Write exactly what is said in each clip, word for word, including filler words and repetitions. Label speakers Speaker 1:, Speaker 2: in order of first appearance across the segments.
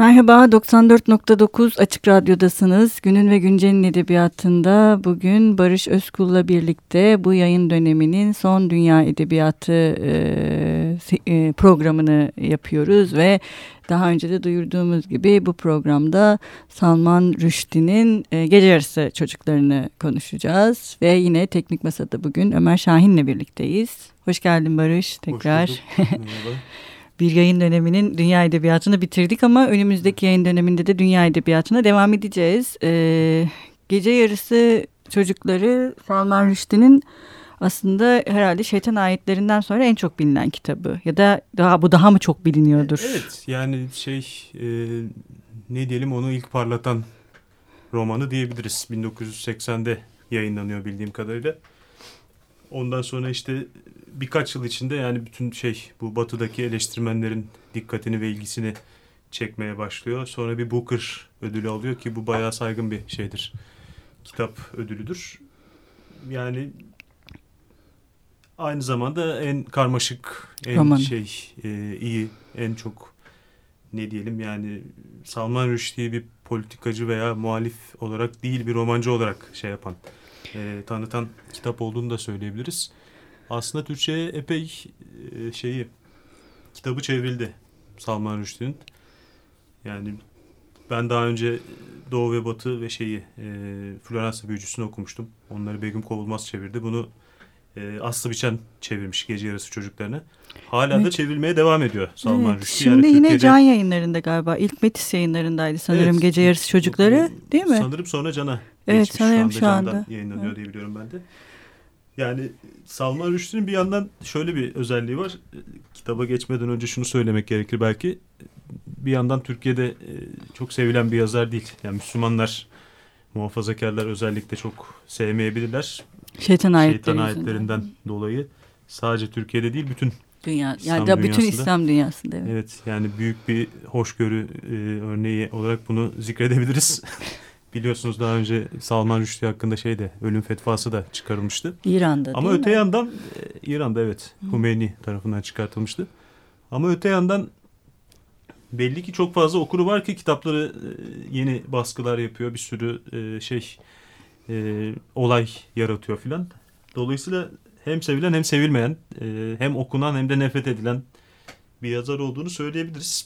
Speaker 1: Merhaba, doksan dört nokta dokuz Açık Radyo'dasınız. Günün ve Güncel'in edebiyatında bugün Barış Özkul'la birlikte bu yayın döneminin son Dünya Edebiyatı e, e, programını yapıyoruz ve daha önce de duyurduğumuz gibi bu programda Salman Rushdie'nin e, Gece Yarısı Çocuklarını konuşacağız ve yine Teknik Masa'da bugün Ömer Şahin'le birlikteyiz. Hoş geldin Barış tekrar.
Speaker 2: Hoş bulduk. Merhaba.
Speaker 1: Bir yayın döneminin dünya edebiyatını bitirdik ama önümüzdeki yayın döneminde de dünya edebiyatına devam edeceğiz. Ee, Gece Yarısı Çocukları Salman Rushdie'nin aslında herhalde Şeytan Ayetlerinden sonra en çok bilinen kitabı. Ya da daha bu daha mı çok biliniyordur?
Speaker 2: Evet, yani şey e, ne diyelim, onu ilk parlatan romanı diyebiliriz. bin dokuz yüz seksende yayınlanıyor bildiğim kadarıyla. Ondan sonra işte birkaç yıl içinde yani bütün şey bu batıdaki eleştirmenlerin dikkatini ve ilgisini çekmeye başlıyor. Sonra bir Booker ödülü alıyor ki bu bayağı saygın bir şeydir. Kitap ödülüdür. Yani aynı zamanda en karmaşık, en
Speaker 1: Roman.
Speaker 2: şey e, iyi, en çok ne diyelim yani Salman Rushdie bir politikacı veya muhalif olarak değil bir romancı olarak şey yapan, e, tanıtan kitap olduğunu da söyleyebiliriz. Aslında Türkçe'ye epey e, şeyi kitabı çevrildi Salman Rushdie'nin. Yani ben daha önce Doğu ve Batı ve şeyi e, Floransa Büyücüsü'nü okumuştum. Onları Begüm Kovulmaz çevirdi. Bunu e, Aslı Biçen çevirmiş Gece Yarısı Çocuklarını. Hala evet. da çevrilmeye devam ediyor Salman
Speaker 1: Evet,
Speaker 2: Rushdie.
Speaker 1: şimdi
Speaker 2: yani
Speaker 1: yine
Speaker 2: Türkiye'de...
Speaker 1: Can Yayınları'nda galiba. İlk Metis Yayınları'ndaydı sanırım evet. Gece Yarısı Çocukları, değil mi?
Speaker 2: Sanırım sonra Can'a
Speaker 1: evet,
Speaker 2: geçmiş.
Speaker 1: sanırım
Speaker 2: Şu anda,
Speaker 1: şu anda.
Speaker 2: yayınlanıyor
Speaker 1: evet.
Speaker 2: diye biliyorum ben de. Yani Salman Rushdie'nin bir yandan şöyle bir özelliği var. Kitaba geçmeden önce şunu söylemek gerekir belki. Bir yandan Türkiye'de çok sevilen bir yazar değil. Yani Müslümanlar, muhafazakarlar özellikle çok sevmeyebilirler.
Speaker 1: Şeytan, ayetleri
Speaker 2: Şeytan ayetlerinden dolayı. Sadece Türkiye'de değil, bütün
Speaker 1: Dünya,
Speaker 2: İslam
Speaker 1: yani da bütün
Speaker 2: dünyasında.
Speaker 1: İslam dünyasında. Evet.
Speaker 2: evet, yani büyük bir hoşgörü e, örneği olarak bunu zikredebiliriz. Biliyorsunuz daha önce Salman Rushdie hakkında şey de ölüm fetvası da çıkarılmıştı.
Speaker 1: İran'da
Speaker 2: Ama
Speaker 1: değil
Speaker 2: öte
Speaker 1: mi?
Speaker 2: yandan e, İran'da evet Hı. Hümeyni tarafından çıkartılmıştı. Ama öte yandan belli ki çok fazla okuru var ki kitapları e, yeni baskılar yapıyor. Bir sürü e, şey e, olay yaratıyor filan. Dolayısıyla hem sevilen hem sevilmeyen, e, hem okunan hem de nefret edilen bir yazar olduğunu söyleyebiliriz.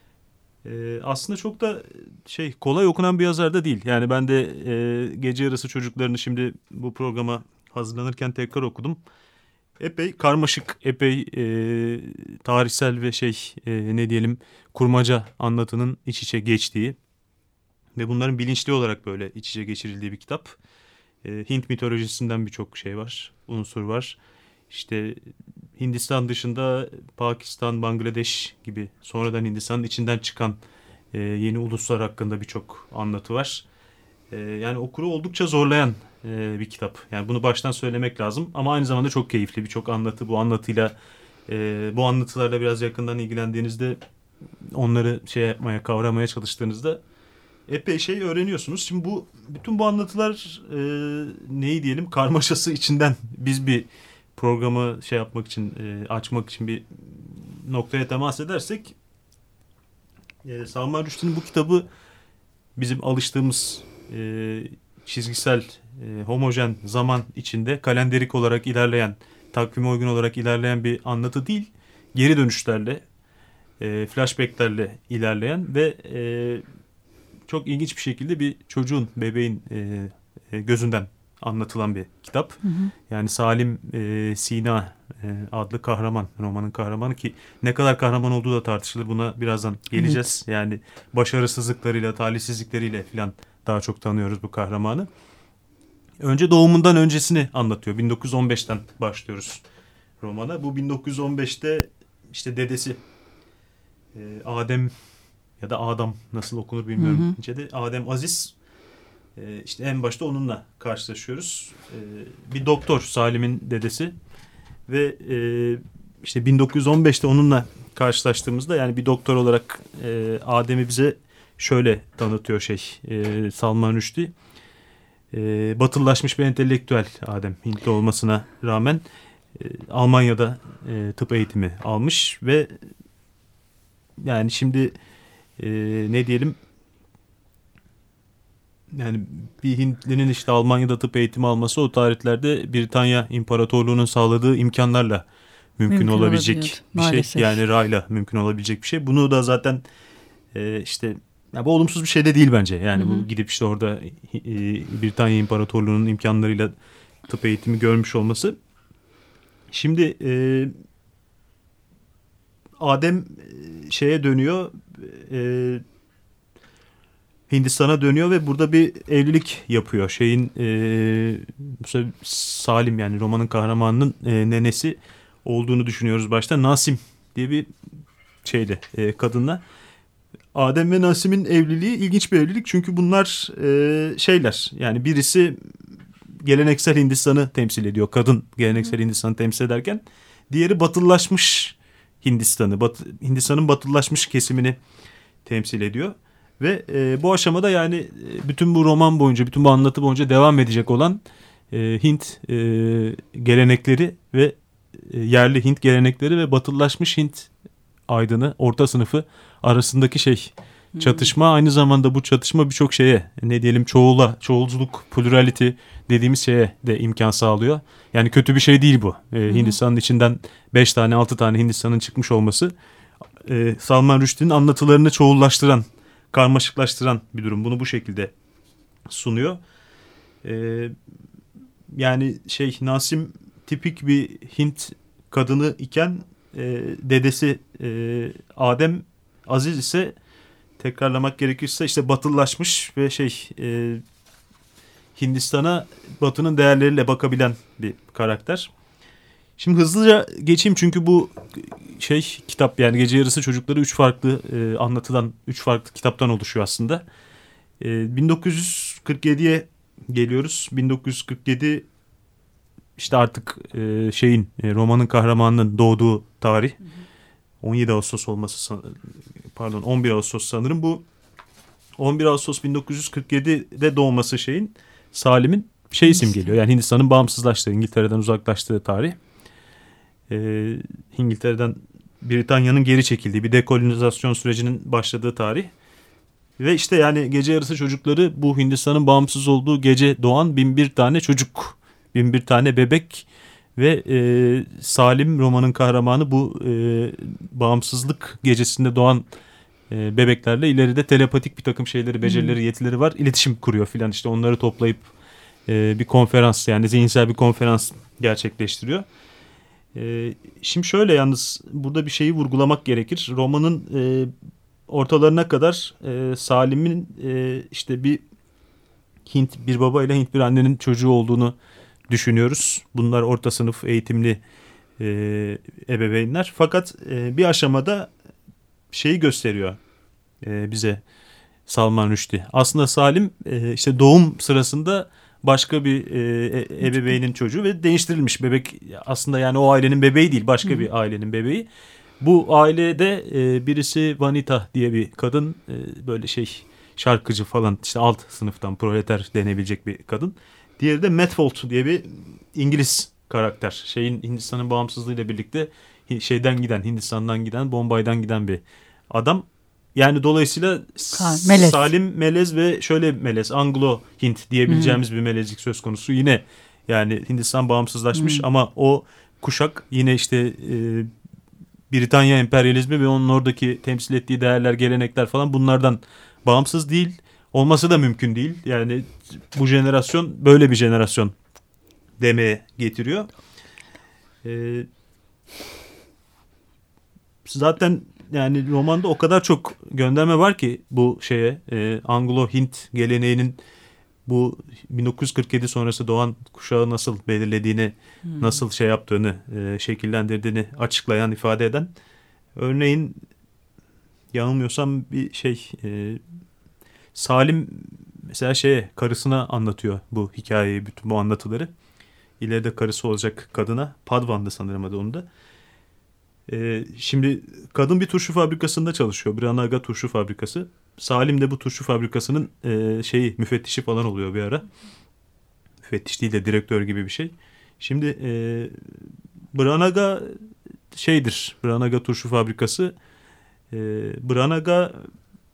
Speaker 2: E, aslında çok da şey kolay okunan bir yazar da değil. Yani ben de e, Gece Yarısı Çocuklarını şimdi bu programa hazırlanırken tekrar okudum. Epey karmaşık, epey e, tarihsel ve şey e, ne diyelim kurmaca anlatının iç içe geçtiği ve bunların bilinçli olarak böyle iç içe geçirildiği bir kitap. E, Hint mitolojisinden birçok şey var, unsur var. İşte Hindistan dışında Pakistan, Bangladeş gibi sonradan Hindistan'ın içinden çıkan e, yeni uluslar hakkında birçok anlatı var. E, yani okuru oldukça zorlayan e, bir kitap. Yani bunu baştan söylemek lazım ama aynı zamanda çok keyifli birçok anlatı. Bu anlatıyla, e, bu anlatılarla biraz yakından ilgilendiğinizde, onları şey yapmaya, kavramaya çalıştığınızda epey şey öğreniyorsunuz. Şimdi bu bütün bu anlatılar e, neyi diyelim karmaşası içinden biz bir programı şey yapmak için, e, açmak için bir noktaya temas edersek, e, Salman Rushdie'nin bu kitabı bizim alıştığımız e, çizgisel, e, homojen zaman içinde kalenderik olarak ilerleyen, takvime uygun olarak ilerleyen bir anlatı değil, geri dönüşlerle, e, flashbacklerle ilerleyen ve e, çok ilginç bir şekilde bir çocuğun, bebeğin e, e, gözünden anlatılan bir kitap. Hı hı. Yani Salim e, Sina e, adlı kahraman, romanın kahramanı ki ne kadar kahraman olduğu da tartışılır. Buna birazdan geleceğiz. Evet. Yani başarısızlıklarıyla, talihsizlikleriyle falan daha çok tanıyoruz bu kahramanı. Önce doğumundan öncesini anlatıyor. bin dokuz yüz on beşten başlıyoruz romana. Bu bin dokuz yüz on beşte işte dedesi e, Adem ya da Adam nasıl okunur bilmiyorum. Hı hı. Adem Aziz, e, işte en başta onunla karşılaşıyoruz. E, bir doktor, Salim'in dedesi ve e, işte bin dokuz yüz on beşte onunla karşılaştığımızda yani bir doktor olarak e, Adem'i bize şöyle tanıtıyor şey e, Salman Rushdie. E, batılılaşmış bir entelektüel Adem, Hintli olmasına rağmen e, Almanya'da e, tıp eğitimi almış ve yani şimdi e, ne diyelim, yani bir Hintlinin işte Almanya'da tıp eğitimi alması o tarihlerde Britanya İmparatorluğu'nun sağladığı imkanlarla mümkün, mümkün olabilecek bir maalesef. şey. Yani rayla mümkün olabilecek bir şey. Bunu da zaten e, işte ya bu olumsuz bir şey de değil bence. Yani hı hı. bu gidip işte orada e, Britanya İmparatorluğu'nun imkanlarıyla tıp eğitimi görmüş olması. Şimdi e, Adem şeye dönüyor, e, Hindistan'a dönüyor ve burada bir evlilik yapıyor. Şeyin e, Salim, yani romanın kahramanının e, nenesi olduğunu düşünüyoruz başta. Nasim diye bir şeyle e, kadınla. Adem ve Nasim'in evliliği ilginç bir evlilik. Çünkü bunlar e, şeyler, yani birisi geleneksel Hindistan'ı temsil ediyor. Kadın geleneksel Hindistan'ı temsil ederken diğeri batılılaşmış Hindistan'ı, Batı, Hindistan'ın batılılaşmış kesimini temsil ediyor. Ve e, bu aşamada yani e, bütün bu roman boyunca, bütün bu anlatı boyunca devam edecek olan e, Hint e, gelenekleri ve e, yerli Hint gelenekleri ve batılılaşmış Hint aydını, orta sınıfı arasındaki şey çatışma. Hmm. Aynı zamanda bu çatışma birçok şeye, ne diyelim, çoğula, çoğulculuk, plurality dediğimiz şeye de imkan sağlıyor. Yani kötü bir şey değil bu. E, hmm. Hindistan'ın içinden beş tane altı tane Hindistan'ın çıkmış olması e, Salman Rushdie'nin anlatılarını çoğullaştıran, karmaşıklaştıran bir durum. Bunu bu şekilde sunuyor. Ee, yani şey, Nasim tipik bir Hint kadını iken e, dedesi e, Adem Aziz ise, tekrarlamak gerekirse, işte batılılaşmış ve şey e, Hindistan'a Batı'nın değerleriyle bakabilen bir karakter. Şimdi hızlıca geçeyim çünkü bu şey kitap, yani Gece Yarısı Çocukları üç farklı e, anlatıdan, üç farklı kitaptan oluşuyor aslında. E, bin dokuz yüz kırk yediye geliyoruz. bin dokuz yüz kırk yedi işte artık e, şeyin e, romanın kahramanının doğduğu tarih. on yedi Ağustos olması, pardon on bir Ağustos sanırım. Bu on bir Ağustos bin dokuz yüz kırk yedide doğması şeyin, Salim'in şey isim geliyor. Yani Hindistan'ın bağımsızlaştığı, İngiltere'den uzaklaştığı tarih. E, İngiltere'den Britanya'nın geri çekildiği bir dekolonizasyon sürecinin başladığı tarih. Ve işte yani Gece Yarısı Çocukları bu Hindistan'ın bağımsız olduğu gece doğan bin bir tane çocuk, bin bir tane bebek ve e, Salim romanın kahramanı bu e, bağımsızlık gecesinde doğan e, bebeklerle ileride telepatik bir takım şeyleri, becerileri, hmm. yetileri var. İletişim kuruyor filan, işte onları toplayıp e, bir konferans, yani zihinsel bir konferans gerçekleştiriyor. E, şimdi şöyle, yalnız burada bir şeyi vurgulamak gerekir. Romanın e, ortalarına kadar e, Salim'in e, işte bir Hint bir baba ile Hint bir annenin çocuğu olduğunu düşünüyoruz. Bunlar orta sınıf eğitimli e, ebeveynler. Fakat e, bir aşamada şeyi gösteriyor e, bize Salman Rushdie. Aslında Salim e, işte doğum sırasında başka bir e, ebeveynin çocuğu ve değiştirilmiş bebek. Aslında yani o ailenin bebeği değil, başka Hı. bir ailenin bebeği. Bu ailede e, birisi Vanita diye bir kadın, e, böyle şey şarkıcı falan, işte alt sınıftan, proleter denebilecek bir kadın. Diğeri de Matfold diye bir İngiliz karakter. Şeyin, Hindistan'ın bağımsızlığıyla birlikte şeyden giden, Hindistan'dan giden, Bombay'dan giden bir adam. Yani dolayısıyla ha, melez. Salim melez ve şöyle melez, Anglo-Hint diyebileceğimiz hmm. bir melezlik söz konusu. Yine yani Hindistan bağımsızlaşmış hmm. ama o kuşak yine işte e, Britanya emperyalizmi ve onun oradaki temsil ettiği değerler, gelenekler falan bunlardan bağımsız değil. Olması da mümkün değil. Yani bu jenerasyon böyle bir jenerasyon demeye getiriyor. Ee, zaten yani romanda o kadar çok gönderme var ki bu şeye, e, Anglo-Hint geleneğinin bu bin dokuz yüz kırk yedi sonrası doğan kuşağı nasıl belirlediğini, hmm. nasıl şey yaptığını, e, şekillendirdiğini açıklayan, ifade eden. Örneğin yanılmıyorsam bir şey, e, Salim mesela şeye, karısına anlatıyor bu hikayeyi, bütün bu anlatıları. İleride karısı olacak kadına, Padvan'dı sanırım adı onun da. E, şimdi kadın bir turşu fabrikasında çalışıyor. Branaga turşu fabrikası. Salim de bu turşu fabrikasının e, şeyi, müfettişi falan oluyor bir ara. Müfettiş değil de direktör gibi bir şey. Şimdi e, Branaga şeydir, Branaga turşu fabrikası. E, Branaga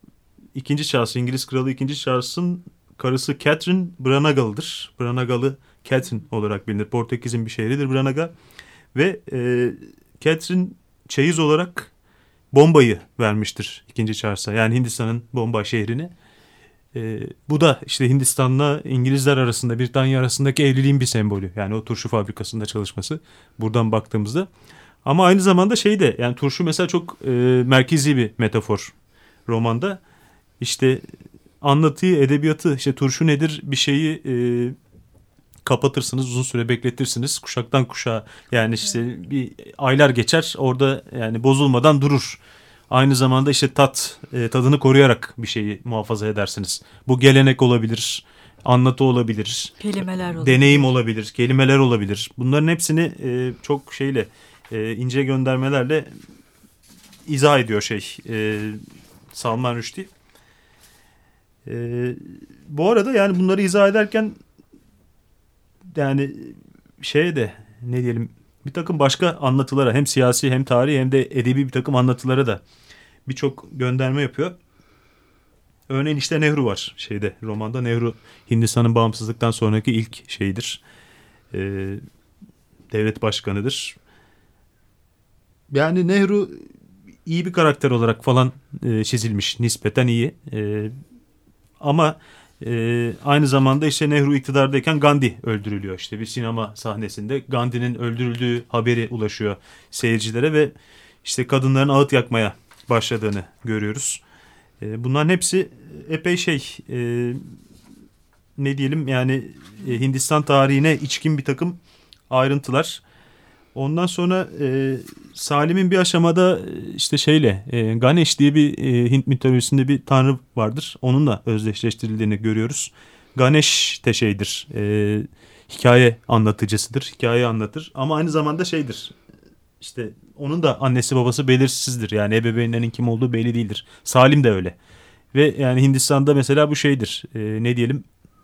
Speaker 2: ikinci Charles, İngiliz Kralı ikinci Charles'ın karısı Catherine Branagalı'dır. Branagalı Catherine olarak bilinir. Portekiz'in bir şehridir Branaga. Ve e, Catherine çeyiz olarak Bombay'ı vermiştir ikinci Charles'a. Yani Hindistan'ın Bombay şehrini. E, bu da işte Hindistan'la İngilizler arasında, Britanya arasındaki evliliğin bir sembolü. Yani o turşu fabrikasında çalışması buradan baktığımızda. Ama aynı zamanda şey de, yani turşu mesela çok e, merkezi bir metafor romanda. İşte anlatıyı, edebiyatı, işte turşu nedir, bir şeyi e, kapatırsınız, uzun süre bekletirsiniz kuşaktan kuşağa. Yani işte bir aylar geçer orada, yani bozulmadan durur. Aynı zamanda işte tat, e, tadını koruyarak bir şeyi muhafaza edersiniz. Bu gelenek olabilir, anlatı olabilir,
Speaker 1: kelimeler olabilir,
Speaker 2: deneyim olabilir, kelimeler olabilir. Bunların hepsini e, çok şeyle, e, ince göndermelerle izah ediyor şey e, Salman Rushdie. E, bu arada yani bunları izah ederken yani şeye de ne diyelim, bir takım başka anlatılara, hem siyasi hem tarihi hem de edebi bir takım anlatılara da birçok gönderme yapıyor. Örneğin işte Nehru var şeyde, romanda. Nehru Hindistan'ın bağımsızlıktan sonraki ilk şeydir. Ee, devlet başkanıdır. Yani Nehru iyi bir karakter olarak falan e, çizilmiş. Nispeten iyi. E, ama e, aynı zamanda işte Nehru iktidardayken Gandhi öldürülüyor. İşte bir sinema sahnesinde Gandhi'nin öldürüldüğü haberi ulaşıyor seyircilere ve işte kadınların ağıt yakmaya başladığını görüyoruz. E, bunların hepsi epey şey e, ne diyelim yani e, Hindistan tarihine içkin bir takım ayrıntılar. Ondan sonra e, Salim'in bir aşamada işte şeyle e, Ganesh diye bir e, Hint mitolojisinde bir tanrı vardır. Onunla özdeşleştirildiğini görüyoruz. Ganesh de şeydir, e, hikaye anlatıcısıdır, hikaye anlatır ama aynı zamanda şeydir. İşte onun da annesi babası belirsizdir. Yani ebeveynlerin kim olduğu belli değildir. Salim de öyle. Ve yani Hindistan'da mesela bu şeydir. E, ne diyelim?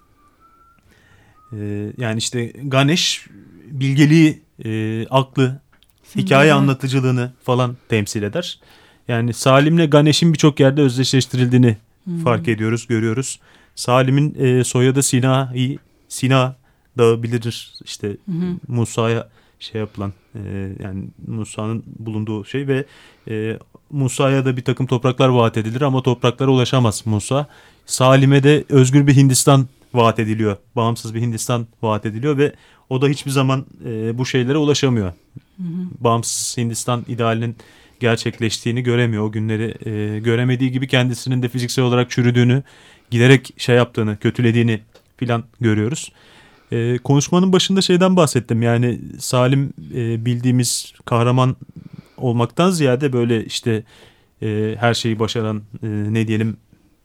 Speaker 2: E, yani işte Ganesh bilgeliği, e, aklı, hikaye anlatıcılığını falan temsil eder. Yani Salim'le Ganesh'in birçok yerde özdeşleştirildiğini hmm. fark ediyoruz, görüyoruz. Salim'in e, soyadı Sina'yı, Sina Dağı bilinir. İşte hmm. Musa'ya şey yapılan, e, yani Musa'nın bulunduğu şey ve e, Musa'ya da bir takım topraklar vaat edilir ama topraklara ulaşamaz Musa. Salim'e de özgür bir Hindistan vaat ediliyor. Bağımsız bir Hindistan vaat ediliyor ve o da hiçbir zaman e, bu şeylere ulaşamıyor. Hı hı. Bağımsız Hindistan idealinin gerçekleştiğini göremiyor. O günleri e, göremediği gibi kendisinin de fiziksel olarak çürüdüğünü, giderek şey yaptığını, kötülediğini filan görüyoruz. E, konuşmanın başında şeyden bahsettim. Yani Salim e, bildiğimiz kahraman olmaktan ziyade böyle işte e, her şeyi başaran, e, ne diyelim,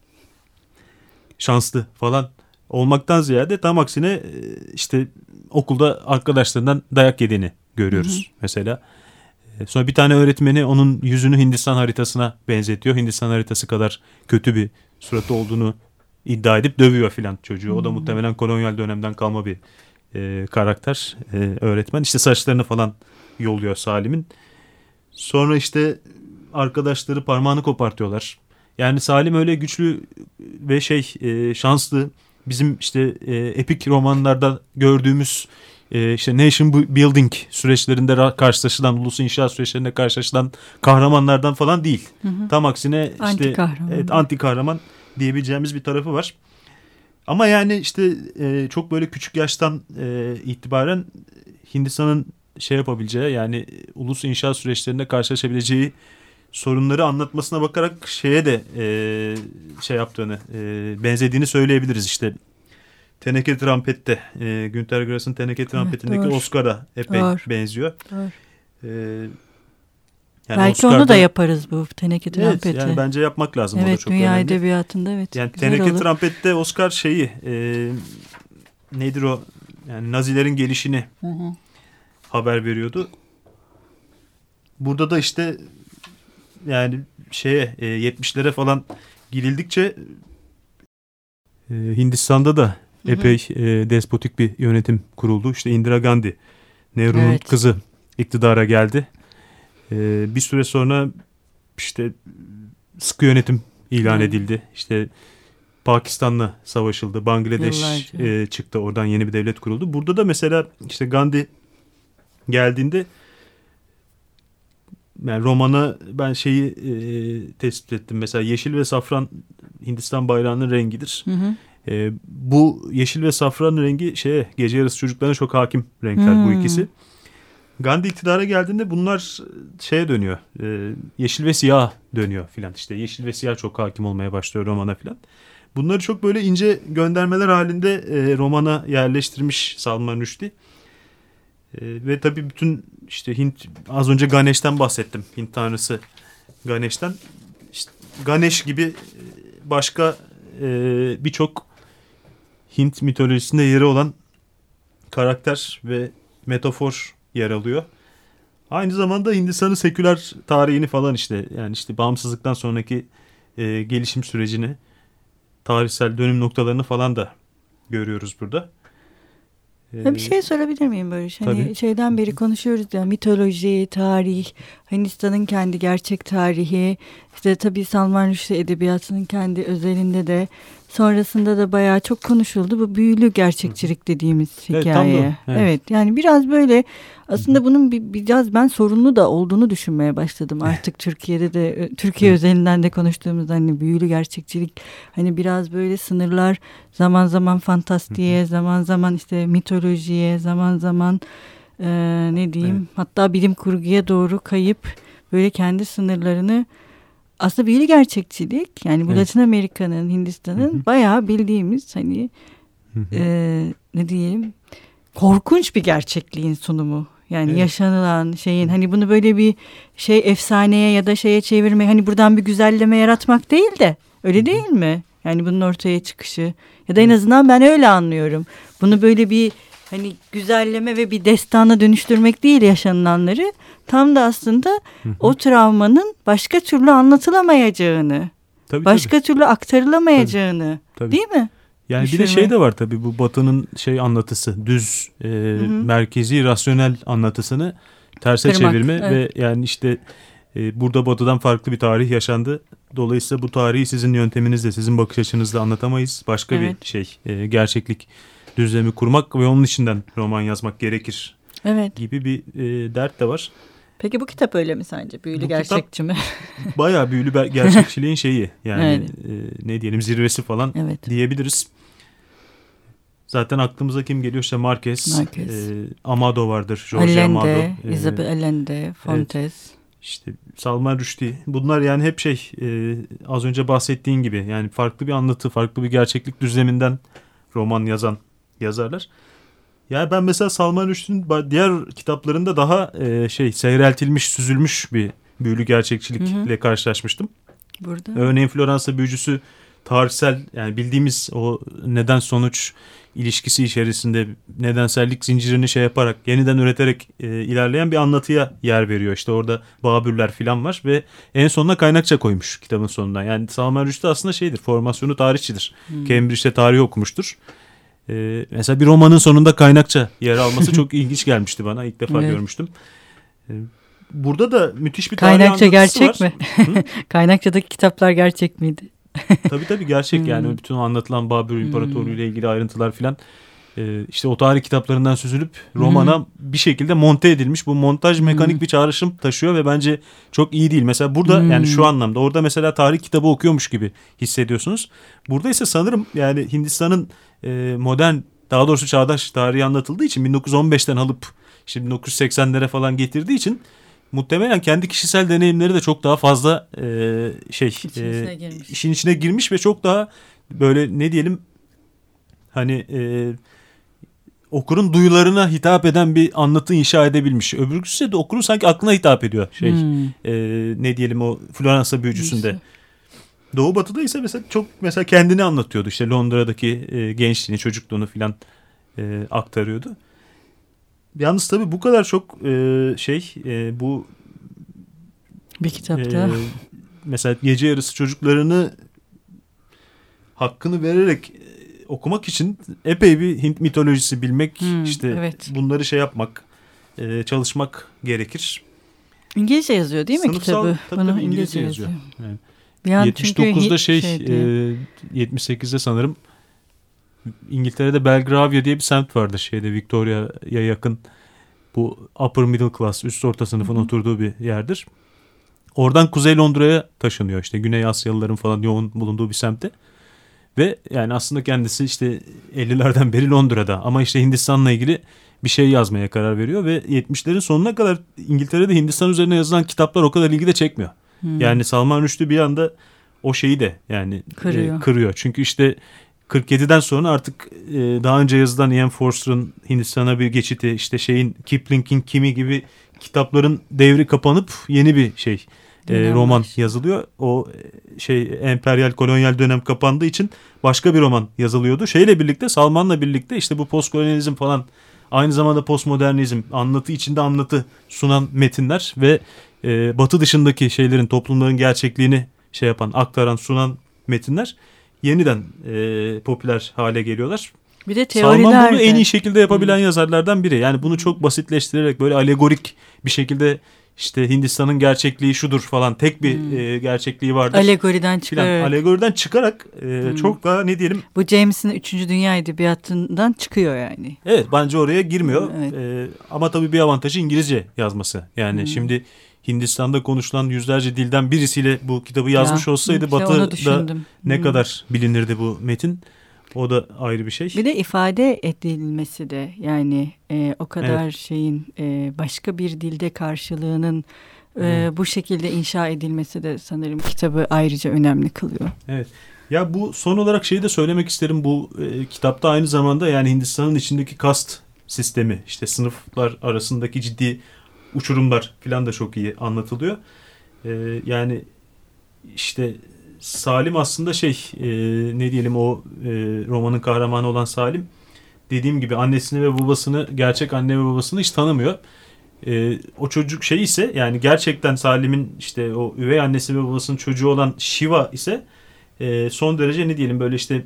Speaker 2: şanslı falan olmaktan ziyade tam aksine işte okulda arkadaşlarından dayak yediğini görüyoruz. Hı hı. Mesela. Sonra bir tane öğretmeni onun yüzünü Hindistan haritasına benzetiyor. Hindistan haritası kadar kötü bir suratı olduğunu iddia edip dövüyor filan çocuğu. Hı hı. O da muhtemelen kolonyal dönemden kalma bir e, karakter, e, öğretmen. İşte saçlarını falan yoluyor Salim'in. Sonra işte arkadaşları parmağını kopartıyorlar. Yani Salim öyle güçlü ve şey e, şanslı, bizim işte e, epik romanlarda gördüğümüz e, işte nation building süreçlerinde karşılaşılan, ulus inşaat süreçlerinde karşılaşılan kahramanlardan falan değil. Hı hı. Tam aksine işte anti kahraman, evet, anti kahraman diyebileceğimiz bir tarafı var. Ama yani işte e, çok böyle küçük yaştan e, itibaren Hindistan'ın şey yapabileceği, yani ulus inşaat süreçlerinde karşılaşabileceği sorunları anlatmasına bakarak şeye de e, şey yaptığını, e, benzediğini söyleyebiliriz. İşte Teneke Trampet'te, e, Günter Grass'ın Teneke Trampet'indeki evet, Oscar'a epey doğru. benziyor. Doğru. E,
Speaker 1: yani belki Oscar'da, onu da yaparız bu Teneke Trampet'i.
Speaker 2: Evet, yani bence yapmak lazım.
Speaker 1: Evet,
Speaker 2: o da çok
Speaker 1: dünya
Speaker 2: önemli.
Speaker 1: edebiyatında evet.
Speaker 2: Yani Teneke olur. Trampet'te Oscar şeyi, e, nedir o? Yani Nazilerin gelişini hı hı. haber veriyordu. Burada da işte yani şeye e, yetmişlere falan girildikçe e, Hindistan'da da epey hı hı. E, despotik bir yönetim kuruldu. İşte Indira Gandhi, Nehru'nun evet. kızı iktidara geldi. E, bir süre sonra işte sıkı yönetim ilan
Speaker 1: Hmm.
Speaker 2: edildi. İşte Pakistan'la savaşıldı. Bangladeş e, çıktı. Oradan yeni bir devlet kuruldu. Burada da mesela işte Gandhi geldiğinde yani romana ben şeyi e, tespit ettim. Mesela yeşil ve safran Hindistan bayrağının rengidir.
Speaker 1: Hı hı.
Speaker 2: E, bu yeşil ve safran rengi şeye gece yarısı çocuklarına çok hakim renkler hmm. bu ikisi. Gandhi iktidara geldiğinde bunlar şeye dönüyor. E, yeşil ve siyah dönüyor filan. İşte yeşil ve siyah çok hakim olmaya başlıyor romana filan. Bunları çok böyle ince göndermeler halinde e, romana yerleştirmiş Salman Rushdie. E, ve tabii bütün işte Hint, az önce Ganesh'ten bahsettim. Hint tanrısı Ganesh'ten. İşte Ganesh gibi başka e, birçok Hint mitolojisinde yeri olan karakter ve metafor yer alıyor. Aynı zamanda Hindistan'ın seküler tarihini falan işte yani işte bağımsızlıktan sonraki e, gelişim sürecini, tarihsel dönüm noktalarını falan da görüyoruz burada.
Speaker 1: Ee, bir şey sorabilir miyim böyle? Hani tabii. Şeyden beri konuşuyoruz ya, mitoloji, tarih, Hindistan'ın kendi gerçek tarihi, işte tabii Salman Rushdie edebiyatının kendi özelinde de sonrasında da bayağı çok konuşuldu. Bu büyülü gerçekçilik dediğimiz evet, hikaye. Evet. evet. Yani biraz böyle aslında bunun bir, biraz ben sorunlu da olduğunu düşünmeye başladım. Artık Türkiye'de de Türkiye özelinden de konuştuğumuzda hani büyülü gerçekçilik hani biraz böyle sınırlar zaman zaman fantastiğe, zaman zaman işte mitolojiye, zaman zaman e, ne diyeyim evet. hatta bilim kurguya doğru kayıp böyle kendi sınırlarını aslında büyülü gerçekçilik yani bu evet. Latin Amerika'nın, Hindistan'ın hı hı. bayağı bildiğimiz hani hı hı. E, ne diyelim korkunç bir gerçekliğin sunumu. Yani evet. yaşanılan şeyin hani bunu böyle bir şey efsaneye ya da şeye çevirme hani buradan bir güzelleme yaratmak değil de öyle hı hı. değil mi? Yani bunun ortaya çıkışı ya da en azından ben öyle anlıyorum. Bunu böyle bir hani güzelleme ve bir destana dönüştürmek değil yaşanılanları. Tam da aslında hı hı. o travmanın başka türlü anlatılamayacağını, tabii, başka tabii. türlü aktarılamayacağını tabii, tabii. değil mi?
Speaker 2: Yani Düşünme. Bir de şey de var tabii bu Batı'nın şey anlatısı, düz, e, merkezi, rasyonel anlatısını terse Kırmak, çevirme evet. ve yani işte e, burada Batı'dan farklı bir tarih yaşandı. Dolayısıyla bu tarihi sizin yönteminizle, sizin bakış açınızla anlatamayız. Başka evet. bir şey, e, gerçeklik düzlemi kurmak ve onun içinden roman yazmak gerekir evet. gibi bir e, dert de var.
Speaker 1: Peki bu kitap öyle mi sence? Büyülü bu gerçekçi mi?
Speaker 2: Bayağı büyülü gerçekçiliğin şeyi. Yani evet. e, ne diyelim zirvesi falan evet. diyebiliriz. Zaten aklımıza kim geliyor? İşte Marquez, Marquez. E, Amado vardır. Jorge Amado.
Speaker 1: Allende, e, Isabel Allende, Fontes. Evet.
Speaker 2: İşte Salman Rushdie. Bunlar yani hep şey e, az önce bahsettiğin gibi. Yani farklı bir anlatı, farklı bir gerçeklik düzleminden roman yazan yazarlar. Yani ben mesela Salman Rushdie'nin diğer kitaplarında daha e, şey seyreltilmiş, süzülmüş bir büyülü gerçekçilikle hı hı. karşılaşmıştım. Burada. Örneğin Floransa büyücüsü tarihsel yani bildiğimiz o neden sonuç ilişkisi içerisinde nedensellik zincirini şey yaparak yeniden üreterek e, ilerleyen bir anlatıya yer veriyor. İşte orada Babürler falan var ve en sonuna kaynakça koymuş kitabın sonuna. Yani Salman Rushdie aslında şeydir, formasyonu tarihçidir. Hmm. Cambridge'de tarih okumuştur. Ee, mesela bir romanın sonunda kaynakça yer alması çok ilginç gelmişti bana. İlk defa evet. görmüştüm. Ee, burada da müthiş bir tarih
Speaker 1: kaynakça
Speaker 2: anlatısı
Speaker 1: gerçek
Speaker 2: var.
Speaker 1: mi? Kaynakçadaki kitaplar gerçek miydi?
Speaker 2: tabii tabii gerçek hmm. yani bütün anlatılan Babür İmparatorluğu ile ilgili ayrıntılar filan e, işte o tarih kitaplarından süzülüp romana hmm. bir şekilde monte edilmiş. Bu montaj hmm. mekanik bir çağrışım taşıyor ve bence çok iyi değil. Mesela burada hmm. yani şu anlamda orada mesela tarih kitabı okuyormuş gibi hissediyorsunuz. Burada ise sanırım yani Hindistan'ın e, modern daha doğrusu çağdaş tarihi anlatıldığı için bin dokuz yüz on beşten alıp şimdi bin dokuz yüz seksenlere falan getirdiği için muhtemelen kendi kişisel deneyimleri de çok daha fazla e, şey e, işin içine girmiş ve çok daha böyle ne diyelim hani e, okurun duyularına hitap eden bir anlatı inşa edebilmiş. Öbürküsü de okurun sanki aklına hitap ediyor şey hmm. e, ne diyelim o Floransa büyücüsünde. Doğu Batı'da ise mesela çok mesela kendini anlatıyordu. İşte Londra'daki e, gençliğini, çocukluğunu filan e, aktarıyordu. Yalnız tabii bu kadar çok e, şey e, bu
Speaker 1: bir kitapta e,
Speaker 2: mesela gece yarısı çocuklarını hakkını vererek e, okumak için epey bir Hint mitolojisi bilmek hmm, işte evet. bunları şey yapmak e, çalışmak gerekir.
Speaker 1: İngilizce yazıyor değil mi
Speaker 2: Sınıfsal,
Speaker 1: kitabı?
Speaker 2: Tabii, tabii İngilizce, İngilizce yazıyor. yazıyor. Yani yetmiş dokuzda şey, e, yetmiş sekizde sanırım İngiltere'de Belgravia diye bir semt vardır, şeyde Victoria'ya yakın, bu upper middle class, üst orta sınıfın Hı-hı. oturduğu bir yerdir. Oradan Kuzey Londra'ya taşınıyor, işte Güney Asyalıların falan yoğun bulunduğu bir semtte. Ve yani aslında kendisi işte ellilerden beri Londra'da ama işte Hindistan'la ilgili bir şey yazmaya karar veriyor ve yetmişlerin sonuna kadar İngiltere'de Hindistan üzerine yazılan kitaplar o kadar ilgi de çekmiyor. Hmm. Yani Salman Rushdie bir anda o şeyi de yani kırıyor. E, kırıyor. Çünkü işte kırk yediden sonra artık e, daha önce yazılan Ian Forster'ın Hindistan'a bir geçiti, işte şeyin Kipling'in Kimi gibi kitapların devri kapanıp yeni bir şey e, roman yazılıyor. O şey emperyal kolonyal dönem kapandığı için başka bir roman yazılıyordu. Şeyle birlikte, Salman'la birlikte işte bu postkolonyalizm falan, aynı zamanda postmodernizm, anlatı içinde anlatı sunan metinler ve e, Batı dışındaki şeylerin, toplumların gerçekliğini şey yapan, aktaran, sunan metinler yeniden e, popüler hale geliyorlar.
Speaker 1: Bir de teoriler.
Speaker 2: Salman bunu en iyi şekilde yapabilen hmm. yazarlardan biri. Yani bunu çok basitleştirerek, böyle alegorik bir şekilde, işte Hindistan'ın gerçekliği şudur falan, tek bir hmm. e, gerçekliği vardır.
Speaker 1: Alegoriden çıkarak.
Speaker 2: Alegoriden çıkarak e, hmm. çok daha ne diyelim.
Speaker 1: Bu James'in üçüncü Dünya Edebiyatı'ndan çıkıyor yani.
Speaker 2: Evet, bence oraya girmiyor. Hmm, evet. e, ama tabii bir avantajı İngilizce yazması. Yani hmm. şimdi Hindistan'da konuşulan yüzlerce dilden birisiyle bu kitabı yazmış ya, olsaydı işte Batı'da ne hmm. kadar bilinirdi bu metin. O da ayrı bir şey.
Speaker 1: Bir de ifade edilmesi de yani e, o kadar evet. şeyin e, başka bir dilde karşılığının e, hmm. bu şekilde inşa edilmesi de sanırım kitabı ayrıca önemli kılıyor.
Speaker 2: Evet. Ya bu son olarak şeyi de söylemek isterim. Bu e, kitapta aynı zamanda yani Hindistan'ın içindeki kast sistemi, işte sınıflar arasındaki ciddi uçurumlar falan da çok iyi anlatılıyor. E, yani işte Salim aslında şey e, ne diyelim o e, romanın kahramanı olan Salim, dediğim gibi annesini ve babasını, gerçek anne ve babasını hiç tanımıyor. E, o çocuk şey ise, yani gerçekten Salim'in işte o üvey annesi ve babasının çocuğu olan Shiva ise e, son derece ne diyelim böyle işte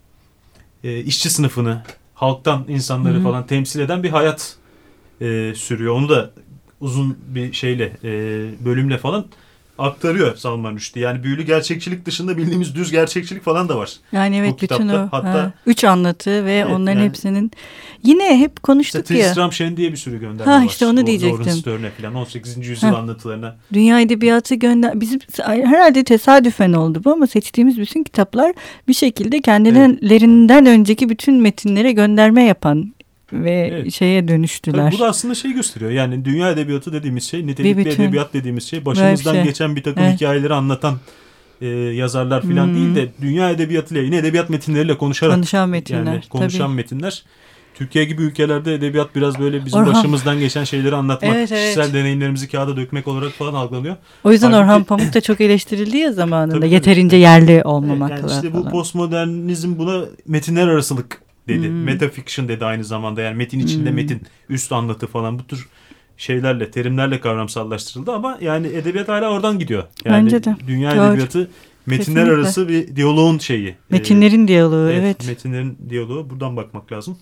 Speaker 2: e, işçi sınıfını, halktan insanları Hı-hı. falan temsil eden bir hayat e, sürüyor. Onu da uzun bir şeyle e, bölümle falan aktarıyor Salman Rushdie. Yani büyülü gerçekçilik dışında bildiğimiz düz gerçekçilik falan da var.
Speaker 1: Yani evet, bütün o hatta ha, üç anlatı ve evet, onların yani, hepsinin yine hep konuştuk
Speaker 2: işte
Speaker 1: ya.
Speaker 2: Tristram Shandy diye bir sürü gönderme ha,
Speaker 1: var. İşte onu o, diyecektim.
Speaker 2: Lawrence Sterne falan on sekizinci yüzyıl ha. anlatılarına.
Speaker 1: Dünya edebiyatı gönder bizim herhalde tesadüfen oldu bu ama seçtiğimiz bütün kitaplar bir şekilde kendilerinden evet. önceki bütün metinlere gönderme yapan ve evet. şeye dönüştüler.
Speaker 2: Tabii bu da aslında şey gösteriyor. Yani dünya edebiyatı dediğimiz şey, nitelikli edebiyat dediğimiz şey, başımızdan şey. geçen bir takım evet. hikayeleri anlatan e, yazarlar falan hmm. değil de dünya edebiyatıyla, yine edebiyat metinleriyle konuşarak
Speaker 1: konuşan metinler.
Speaker 2: Yani konuşan tabii. metinler. Türkiye gibi ülkelerde edebiyat biraz böyle bizim Orhan. başımızdan geçen şeyleri anlatmak, evet, evet. kişisel deneyimlerimizi kağıda dökmek olarak falan algılanıyor.
Speaker 1: O yüzden Halbuki, Orhan Pamuk da çok eleştirildi ya zamanında. Tabii, yeterince tabii. yerli olmamakla yani işte
Speaker 2: falan. Bu postmodernizm buna metinler arasılık dedi. Hmm. Metafiction dedi aynı zamanda. Yani metin içinde hmm. metin, üst anlatı falan, bu tür şeylerle, terimlerle kavramsallaştırıldı ama yani edebiyat hala oradan gidiyor. Yani
Speaker 1: bence de.
Speaker 2: Dünya
Speaker 1: Doğru.
Speaker 2: edebiyatı metinler Kesinlikle. arası bir diyaloğun şeyi.
Speaker 1: Metinlerin ee, diyaloğu, evet, evet.
Speaker 2: Metinlerin diyaloğu. Buradan bakmak lazım.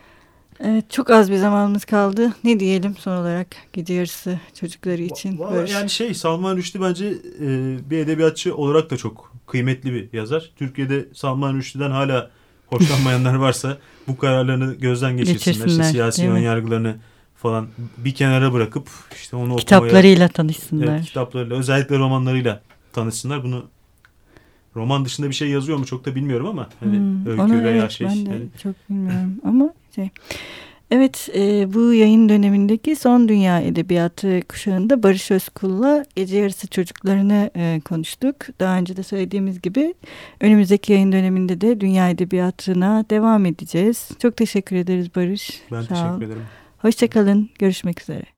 Speaker 1: Evet, çok az bir zamanımız kaldı. Ne diyelim son olarak gece yarısı çocukları için?
Speaker 2: Vallahi yani şey, Salman Rushdie bence e, bir edebiyatçı olarak da çok kıymetli bir yazar. Türkiye'de Salman Rushdie'den hala hoşlanmayanlar varsa bu kararlarını gözden geçirsinler. İşte siyasi önyargılarını falan bir kenara bırakıp işte onu
Speaker 1: kitaplarıyla
Speaker 2: okumaya,
Speaker 1: tanışsınlar.
Speaker 2: Evet, kitaplarıyla, özellikle romanlarıyla tanışsınlar. Bunu roman dışında bir şey yazıyor mu çok da bilmiyorum ama hani hmm, öykü onu, veya evet, şey.
Speaker 1: Ben de
Speaker 2: yani.
Speaker 1: çok bilmiyorum ama şey. Evet, e, bu yayın dönemindeki son dünya edebiyatı kuşağında Barış Özkul'la gece yarısı çocuklarını e, konuştuk. Daha önce de söylediğimiz gibi önümüzdeki yayın döneminde de dünya edebiyatına devam edeceğiz. Çok teşekkür ederiz Barış.
Speaker 2: Ben
Speaker 1: Sağ
Speaker 2: teşekkür
Speaker 1: ol.
Speaker 2: ederim.
Speaker 1: Hoşça kalın. Görüşmek üzere.